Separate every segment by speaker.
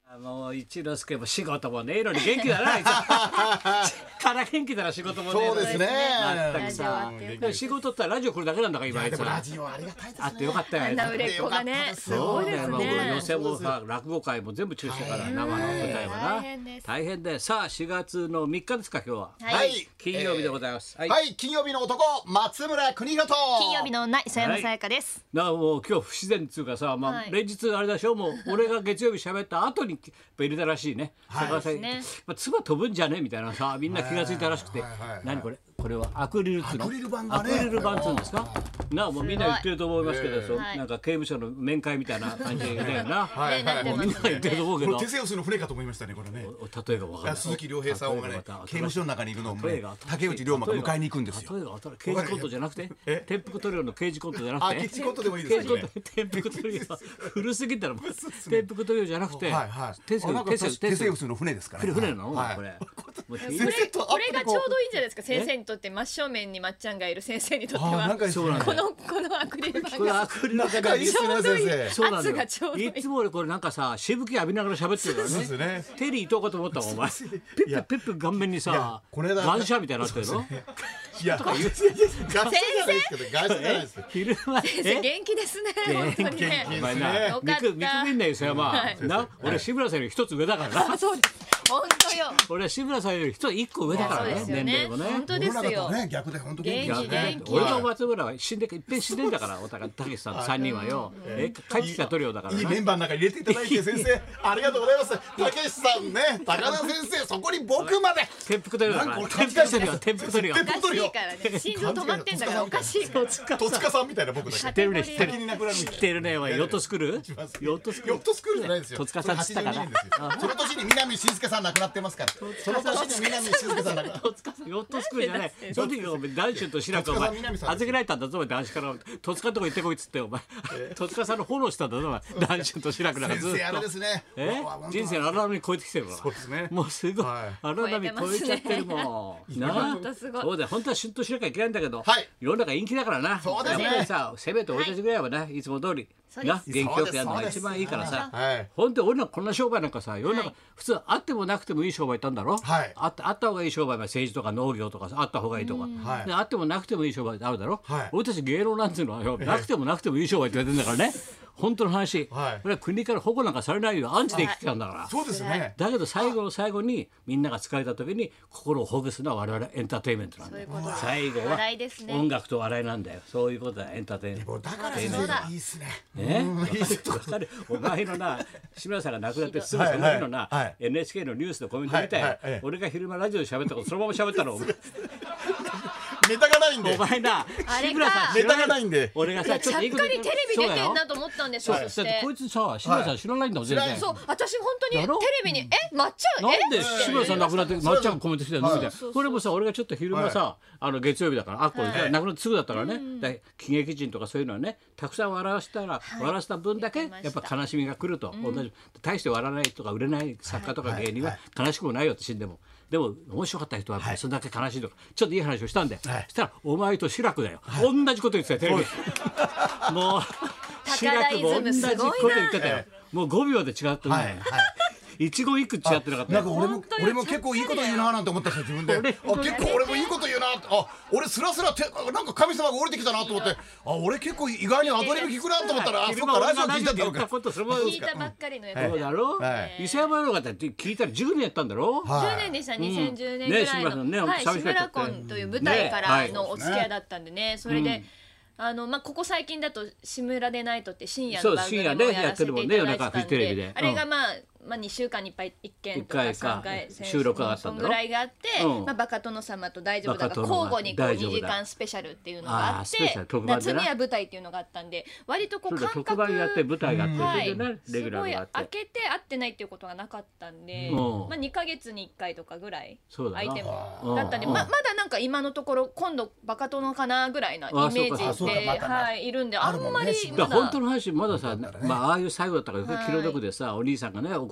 Speaker 1: もう一之輔も仕事もねえのに元気だなあいつから元気だな仕事もねえのに。
Speaker 2: そうですね。
Speaker 1: 全くさでも仕事ってラジオ来るだけなんだから今あいつ
Speaker 2: でもラジオありがたいですね。
Speaker 1: あってよかったよあいつ
Speaker 3: あんな売れっ子がね、すごいです
Speaker 1: もう予
Speaker 3: ね。
Speaker 1: 選もさ落語会も全部中止だから生の舞台はな
Speaker 3: 大変です
Speaker 1: 大変でさあ4月の3日ですか今日は
Speaker 2: はい。
Speaker 1: 金曜日でございますはい
Speaker 2: はい、金曜日の男松村邦洋と。
Speaker 3: 金曜日の女磯山さやかです。
Speaker 1: だからもう今日不自然っていうかさ、まあ
Speaker 3: はい
Speaker 1: 連日あれでしょもう俺が月曜日喋った後にやっぱ入れたらしいね。
Speaker 2: はい
Speaker 1: だからさ
Speaker 3: ですね
Speaker 1: まあ唾飛ぶんじゃねみたいなさみんな気がついたらしくて
Speaker 2: はいはいはい
Speaker 1: 何これこれはアクリルっつうの
Speaker 2: アクリル板がね
Speaker 1: アクリル板っつうんですかなあもうみんな言ってると思いますけどそう
Speaker 3: はい
Speaker 1: なんか刑務所の面会みたいな感じだよな
Speaker 2: はいはい。
Speaker 3: ね
Speaker 1: もうみんな言ってると思うけど
Speaker 2: これテセウスの船かと思いましたねこれね。
Speaker 1: 例えが分からない
Speaker 2: 鈴木亮平さんがね刑務所の中にいるのをね
Speaker 1: 例えが
Speaker 2: 竹内涼真が迎えに行くんですよ。
Speaker 1: 例えが刑事コントじゃなくて
Speaker 2: え
Speaker 1: 転覆トリオの刑事コントじゃなく
Speaker 2: あ、
Speaker 1: て
Speaker 2: キッチコントでもいいで
Speaker 1: 刑事コン
Speaker 2: すよね
Speaker 1: ト。転覆トリオは古すぎたらもう転覆トリオじゃなくて
Speaker 2: はいはい。
Speaker 1: テセウ
Speaker 2: あなんかテセウスの船ですからね。
Speaker 1: 船なの
Speaker 2: はい
Speaker 1: これもう
Speaker 2: 先生と
Speaker 3: これがちょうどいいんじゃないですか。先生にとって真正面にまっちゃんがいる先生にとっては
Speaker 2: あなんか
Speaker 1: そうなんだ
Speaker 3: このアクリル板が
Speaker 1: これアクリル板
Speaker 2: 仲いいですね先生。
Speaker 1: そうなんだよ
Speaker 3: 圧がちょうどいい
Speaker 1: いつも俺これなんかさしぶき浴びながら喋ってるから
Speaker 2: そうです
Speaker 1: ね
Speaker 2: ね。
Speaker 1: テリー伊藤かと思ったもんお前ペッ
Speaker 2: いや
Speaker 1: ペペッペ顔面に
Speaker 2: い
Speaker 1: さ
Speaker 2: やこれだ
Speaker 1: ガンシャみたいになってるの
Speaker 2: いや、ガチじゃないですけど、ガチじゃないです。
Speaker 1: 昼間
Speaker 3: 先生元気ですね。本当にね。
Speaker 1: お前な
Speaker 3: よかった
Speaker 1: 見くびんないですよまあな俺志村さんより一つ上だからな
Speaker 3: あ、そうです。本当よ。
Speaker 1: 俺は志村さんより一個上だからね
Speaker 3: そうですよね。
Speaker 1: 年齢もね
Speaker 3: 本当です
Speaker 2: 世の中
Speaker 3: よ
Speaker 2: と。ね逆で本当元気
Speaker 1: いや
Speaker 3: 元気元気
Speaker 1: 俺と松村は死んでいっぺん死んでんだからお互いたけしさん3人はよ帰ってきたトリオだからな
Speaker 2: いいメンバーの中に入れていただいて先生ありがとうございますたけしさんね高田先生そこに僕まで
Speaker 1: 転覆トリオだから
Speaker 2: なんか俺勘違いしてる
Speaker 1: 転覆トリオ
Speaker 2: 転覆
Speaker 3: おかしいからね。心臓止まってんだからおかしいから。
Speaker 2: 戸塚さんみたいな僕だけ
Speaker 1: 知ってるね知って
Speaker 2: 先になくなるみたい
Speaker 1: 知ってるねお前ヨットスクールヨットスクール
Speaker 2: ヨットスクールじゃないですよ
Speaker 1: 戸塚さんっつったかな
Speaker 2: それ82年ですよその年に南信介さん亡くなってますからその年に南信介さん亡くなって
Speaker 1: 戸塚さんヨットスクールじゃないその時お前男子と白くお前
Speaker 2: 戸塚さん南さん
Speaker 1: 預けられたんだぞお前男子から戸塚のとこ行ってこいっつってお前戸塚さんのフォローしたんだぞお前男子と白くなんかずっ
Speaker 2: 先生あれで
Speaker 1: と
Speaker 2: すね
Speaker 1: 人生の荒波に超えてきてるから
Speaker 2: そうですね
Speaker 1: もうすごい
Speaker 2: はい
Speaker 1: 荒波超えちゃってるもんな
Speaker 3: 本当すごい
Speaker 1: そうだよ本当はシュッとしなきゃいけないんだけど
Speaker 2: はい
Speaker 1: 世の中陰気だからな
Speaker 2: そうですね
Speaker 1: やっぱりさせめて俺たちぐらいはないつも通りな元気よくやるのが一番いいからさ
Speaker 2: はい
Speaker 1: 本当に俺らこんな商売なんかさ世の中普通あってもなくてもいい商売ってあるんだろ
Speaker 2: はい
Speaker 1: あった方がいい商売は政治とか農業とかさあった方がいいとか
Speaker 2: はい
Speaker 1: であってもなくてもいい商売ってあるだろ
Speaker 2: はい
Speaker 1: 俺たち芸能なんていうのはよなくてもなくてもいい商売って言われてんだからね本当の話
Speaker 2: はい
Speaker 1: これは国から保護なんかされないよアンチで生きてたんだから
Speaker 2: そうですね
Speaker 1: だけど最後の最後にみんなが疲れた時に心をほぐすのは我々エンターテインメントなんだよ
Speaker 3: そういうことだ
Speaker 1: 最後は
Speaker 3: 笑いですね
Speaker 1: 音楽と笑いなんだよそういうことだエンターテインメント
Speaker 2: だから先
Speaker 3: そうだ
Speaker 2: 生いいっすね
Speaker 1: ね、わかるお前のな志村さんが亡くなってすぐその日のな、
Speaker 2: はいはい
Speaker 1: NHK のニュースのコメント見たよ、
Speaker 2: はいはい
Speaker 1: 俺が昼間ラジオで喋ったことそのまま喋ったのお前
Speaker 2: ネタがないんで
Speaker 1: お前な
Speaker 3: あれか
Speaker 1: 志村さん
Speaker 2: ネタがないんで
Speaker 1: 俺が
Speaker 3: いやちゃっかりテレビ出てんな
Speaker 1: と
Speaker 3: と思ったんですよ。
Speaker 1: そうだよ
Speaker 3: そして
Speaker 1: だってこいつさ志村さん知らないんだもん全然
Speaker 3: そう私本当に
Speaker 1: やろ
Speaker 3: テレビにまっちゃん
Speaker 1: なんで
Speaker 3: え
Speaker 1: 志村さん亡くなってまっちゃんがコメントしてるのみたいな
Speaker 3: そうそうそう
Speaker 1: これもさ俺がちょっと昼間さ月曜日だからあこれ
Speaker 2: はい
Speaker 1: 亡くなってすぐだったからねだから喜劇人とかそういうのはねたくさん笑わせたら笑わせた分だけ
Speaker 3: やってました
Speaker 1: やっぱ悲しみが来ると同じ大して笑わないとか売れない作家とか芸人は悲しくもないよって死んでもでも面白かった人はやっぱりそれだけ悲しいとかちょっといい話をしたんでそしたらお前と志らくだよ同じこと言ってたよテレビもう志らくも同じこと言ってたよもう5秒で違ってるんだよ一言一句違ってなかった
Speaker 2: なんか
Speaker 1: よ
Speaker 2: 俺も結構いいこと言うななんて思ったんですよ自分で結構俺もいいこと言うな俺スラスラなんか神様が降りてきたなと思って俺結構意外にアドリブ聞くなと思ったらそっかラジオ聞いたんだろうか
Speaker 3: 聞いたばっかりのやつ。
Speaker 1: そうだろ
Speaker 2: はい
Speaker 1: 伊勢山の方って聞いたら10年やったんだろ
Speaker 3: 10年でした2010年ぐらい
Speaker 1: ね志村さんね
Speaker 3: のはい志
Speaker 1: 寂しかったって
Speaker 3: 村婚という舞台からのお付き合いだったんでねそれでここ最近だと「志村でナイト」って深夜の番組もやらせていただいてたん
Speaker 1: そう深夜ねやってるもんね夜中フジテレビで
Speaker 3: であれが2週間に1件とか
Speaker 1: 一回か
Speaker 3: 3回
Speaker 1: 収録があったんだろ
Speaker 3: そんぐらいがあって
Speaker 1: うん
Speaker 3: バカ殿様と大丈夫だが
Speaker 1: バカ殿が
Speaker 3: 交互にこう2
Speaker 1: 大丈夫だ
Speaker 3: 時間スペシャルっていうのがあっ
Speaker 1: スペシャ
Speaker 3: て
Speaker 1: ル特番でな
Speaker 3: 夏には舞台っていうのがあったんで割とこ
Speaker 1: そううだ
Speaker 3: 感
Speaker 1: 特番やって
Speaker 3: 覚
Speaker 1: 舞台があってそ
Speaker 3: はい
Speaker 1: れでねレギ
Speaker 3: す
Speaker 1: ュラ
Speaker 3: ごい開
Speaker 1: ーがあって
Speaker 3: けて会ってないっていうことがなかったんで
Speaker 1: うん
Speaker 3: 2ヶ月に1回とかぐらい
Speaker 1: そうだな
Speaker 3: 相手も
Speaker 1: うん
Speaker 3: だったんでまだなんか今のところ今度バカ殿かなぐらいなイメージで
Speaker 2: そうかまた
Speaker 3: はいいるんであんまり
Speaker 1: だから
Speaker 3: まだ
Speaker 1: 本当の話まださああいう最後だったから気の毒でさお兄さんがね怒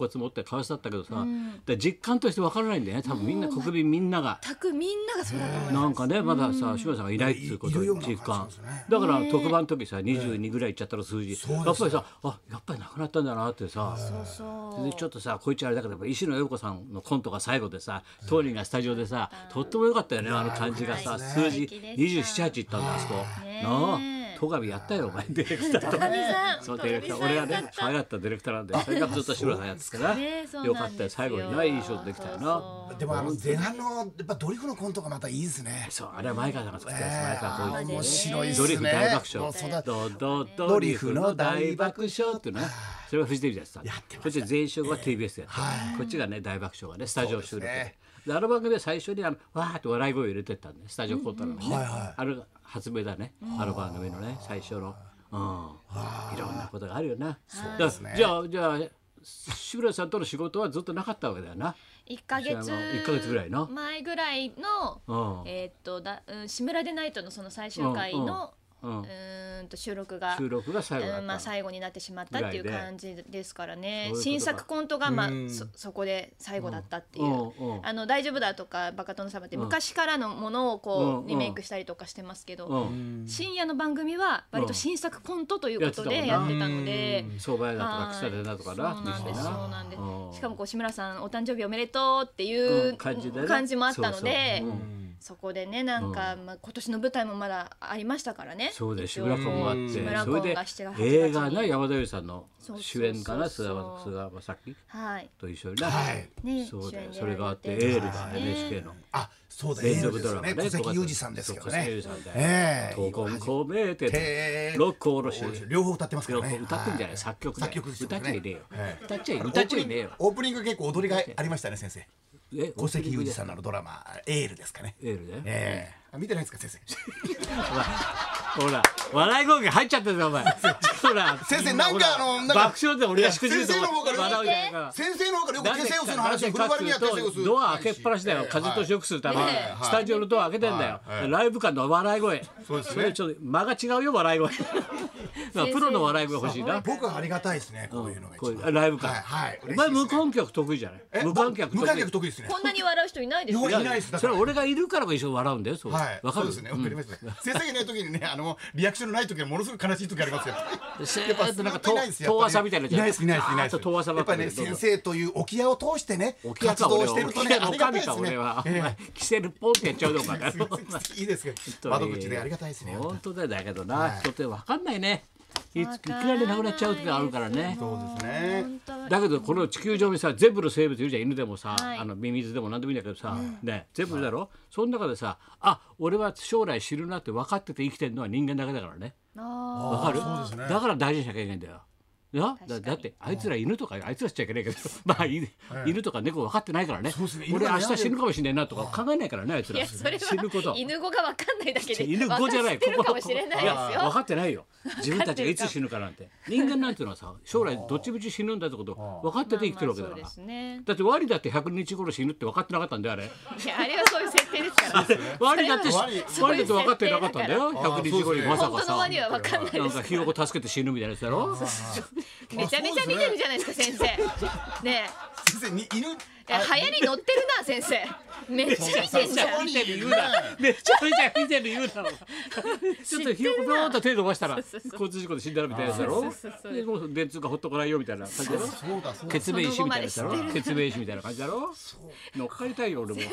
Speaker 1: 骨持って為替だったけどさ、で実感として分からないんだよね多分みんな国民みんなが。
Speaker 3: 全くみんながそうだと思います。
Speaker 1: なんかねまださ志村さんがいないっていうことを実感だから特番の時さ22ぐらいいっちゃったら数字やっぱりさやっぱり亡くなったんだなってさでちょっとさこいつあれだけど石野陽子さんのコントが最後でさ当人がスタジオでさとっても良かったよねあの感じがさ数字27、8いったんだあそこなあ戸上やったよお前ディレクターとそうディレクター俺がね可愛かったディレクターなんでそれがずっと志村さんやってたからよかったよ最後にないい仕事できたよな。
Speaker 2: でも前半のやっぱドリフのコントがまたいいですね。
Speaker 1: そうあれは前川さんが作ったやつ前川浩一
Speaker 2: 面白いですね。
Speaker 1: ドリフ大爆笑ドリフの大爆笑っていうねそれはフジテレビでやってたんでこっち全員集合は TBS でやってこっちがね大爆笑がねスタジオ収録であの番組で最初にわーって笑い声を入れてったんでスタジオコントなのにねあれ発明だねあの番組のね最初のいろんなことがあるよな。じゃあ志村さんとの仕事はずっとなかったわけだよな。
Speaker 3: 1ヶ月
Speaker 1: ぐらいの
Speaker 3: 前ぐらいの志村でナイトのその最終回の収録が
Speaker 1: 最後だった
Speaker 3: 最後になってしまったっていう感じですからね。新作コントがそこで最後だったっていう大丈夫だとかバカ殿様って昔からのものをこうリメイクしたりとかしてますけど深夜の番組は割と新作コントということでやってたので
Speaker 1: 相場屋だとか草でだとかな
Speaker 3: そうなんですしかもこう志村さんお誕生日おめでとうっていう感じもあったのでそこでねなんか今年の舞台もまだありましたからね。
Speaker 1: そうで志村コンもあってそれで映画ね山田裕二さんの主演かな菅田将暉と一緒にねそれがあってエールが NHK の連続ドラマね
Speaker 2: 小関裕二さんですけどね
Speaker 1: 闘魂込めてロックおろし
Speaker 2: 両方歌ってますからね。
Speaker 1: 歌ってんじゃない作曲で歌っちゃいねえよ歌っちゃいねえよ。
Speaker 2: オープニング結構踊りがありましたね先生。小関裕二さんのドラマエールですかね。
Speaker 1: エールね
Speaker 2: 見てないですか先生。
Speaker 1: ほら笑い声が入っちゃってるぞお前。ほら
Speaker 2: 先生なんか
Speaker 1: 爆笑で俺がしくじると
Speaker 2: 笑うみたいな。先生の方からよく手セオスの話をフルバリにやって手セオス
Speaker 1: ドア開けっぱなしだよ風通しよくするためにスタジオのドア開けてんだよライブ感の笑い声それちょっと間が違うよ笑い声プロの笑い声欲しいな。
Speaker 2: 僕はありがたいですねこういうのが一番
Speaker 1: ライブ感お前無観客得意じゃない。無観客
Speaker 2: 得意ですね。
Speaker 3: こんなに笑う人いないですよ。
Speaker 2: いないです。
Speaker 1: それは俺がいるから一緒に笑うんだよ。そう
Speaker 2: ですね。先生がいない時にねリアクションのない時はものすごく悲しい時ありますよ。
Speaker 1: やっぱなんか遠浅みたいな。
Speaker 2: いないです。やっぱね先生という置き屋を通してね活動してるとねありがたいですね。
Speaker 1: 俺はキセルポンってやっちゃうのかな。
Speaker 2: いいですけど窓口でありがたいですね。
Speaker 1: 本当だけどな人って分かんないね。いきなりなくなっちゃう時があるからね。
Speaker 2: そうですね。
Speaker 1: だけどこの地球上にさ全部の生物いるじゃん。犬でもさミミズでも何でもいいんだけどさね全部いるだろ。その中でさ俺は将来死ぬなって分かってて生きてるのは人間だけだからね。分かる。だから大事にしなきゃいけないんだよ。だってあいつら犬とかあいつらしちゃいけないけど犬とか猫分かってないからね。俺明日死ぬかもしれないなとか考えないからねあいつら。死ぬこと
Speaker 3: 犬語が分かんないだけで
Speaker 1: 犬語じゃない
Speaker 3: 分か
Speaker 1: ってないよ。自分たちがいつ死ぬかなんて人間なんていうのはさ将来どっちみち死ぬんだってこと分かってて生きてるわけだから。だってワニだって100日頃死ぬって分かってなかったんだよあれ。
Speaker 3: あれはそういう設定ですから。
Speaker 1: ワニだって分かってなかったんだよ100日後にまさかさ
Speaker 3: 本当のワニは分かんないです。
Speaker 1: なんかひよこ助けて死ぬみたいなやつだろ。
Speaker 3: めちゃめちゃ見てるじゃないですか先生。ね
Speaker 2: え。先生に犬。
Speaker 3: 流行り乗ってるな先生。めっちゃ見てんじゃん。
Speaker 1: めちゃめちゃ見てる言うな。ちょっとひよこぴょーっと手伸ばしたら交通事故で死んだらみたいなやつだろ。でもう電通がほっとこないよみたいな感じだろ。血命石みたいなやつだろ。血命石みたいな感じだろ。乗っかりたいよ俺も。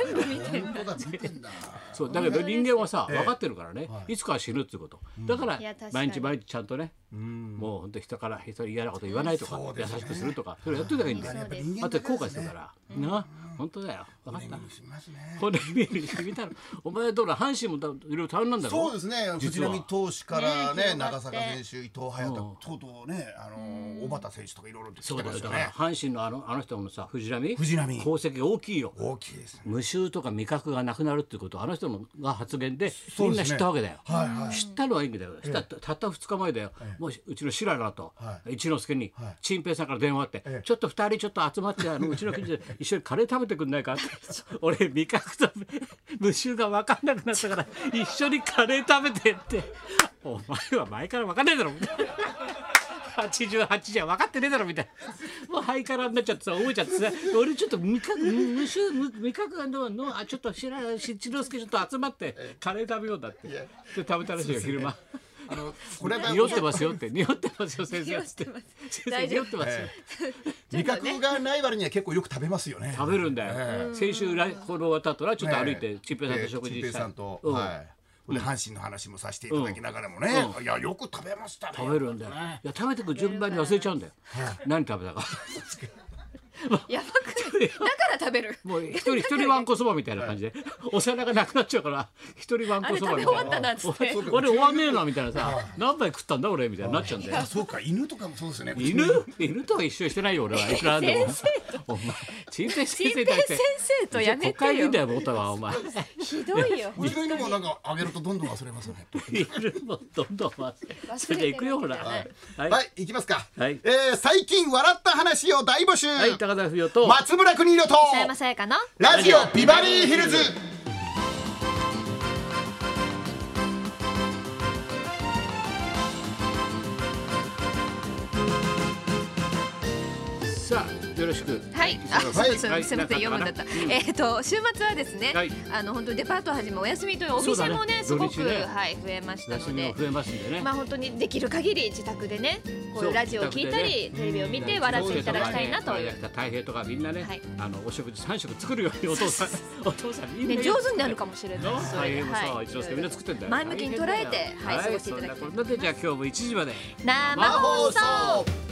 Speaker 1: そうだけど人間はさ分かってるからねいつかは死ぬってことだから毎日ちゃんとねもう本当人嫌なこと言わないとか優しくするとかそれやっといた方がいいんだよ。あと後悔するからな。本当だよ分かった。これ見たらお前どうだ阪神もいろいろ大変なんだろ。
Speaker 2: そうですね。藤浪投手からね長坂選手伊藤隼人とうとうね小畑選手とかいろいろ来てましたね。
Speaker 1: 阪神のあの人のさ藤浪功績大きいよ。
Speaker 2: 大きいです。
Speaker 1: 無臭とか味覚がなくなるっていうことあの人のが発言でみんな知ったわけだよ。知ったのはいいんだよ。たった2日前だよ。もううちの白良と一之輔に陳平さんから電話あってちょっと2人ちょっと集まってうちの近所で一緒にカレー食べてくんないかって俺味覚と無臭が分かんなくなったから一緒にカレー食べてってお前は前から分かんないだろ。 88じゃ分かってねえだろみたいな、もうハイカラになっちゃってさ、覚えちゃってさ、俺ちょっと味覚のちょっと七之助ちょっと集まってカレー食べようだってで食べたらしいよ昼間。
Speaker 2: これ
Speaker 1: 匂ってますよって、匂ってますよ先生って、先生匂ってますよ。
Speaker 2: 味覚がない割には結構よく食べますよね。
Speaker 1: 食べるんだよ。先週この終わった後はちょっと歩いてチッペイさんと食事した。
Speaker 2: チッペイさんと、で阪神の話もさせていただきながらもね、いやよく食べましたね。
Speaker 1: 食べるんだよ。いや食べてく順番に忘れちゃうんだよ。何食べたか。
Speaker 3: やばくないだから食べる。
Speaker 1: もう一人わんこそばみたいな感じでお皿がなくなっちゃうから一人わんこそばみたいな。
Speaker 3: あれ食べ終わったなっつって。
Speaker 1: 俺終わんねえなみたいなさ、何杯食ったんだ俺みたいになっちゃうんだよ。
Speaker 2: そうか、犬とかもそうですよね。
Speaker 1: 犬とは一緒にしてないよ俺はいくらでも。お前チンペイ先生
Speaker 3: 先生とやめてよ。
Speaker 1: 国会議員だよボタはお前。
Speaker 3: ひどいよ。
Speaker 2: うちの犬もなんかあげるとどんどん忘れますね。
Speaker 1: 犬もどんどん忘れ。それで行くよほら。
Speaker 2: はい行きますか。
Speaker 1: はい。
Speaker 2: 最近笑った話を大募集。
Speaker 1: はい、高田冬と
Speaker 2: 松村邦洋と
Speaker 3: 北山さやかの
Speaker 2: ラジオビバリーヒルズ。
Speaker 1: さあよろしく。
Speaker 3: はい、すみません読むんだった。週末はですね、本当にデパートはじめお休みというお店もねすごく増えましたので、
Speaker 1: 増えますんでね。
Speaker 3: まあ本当にできる限り自宅でね、こういうラジオを聞いたりテレビを見て笑っていただきたいなという。
Speaker 1: 太平とかみんなね、お食事3食作るようにお父さんに
Speaker 3: ね上手になるかもしれない。
Speaker 1: 太平もさ一之輔みんな作ってんだよ。
Speaker 3: 前向きに捉えて過ごしていただきたい。
Speaker 1: そんなことでじゃあ今日も1時まで
Speaker 3: 生放送。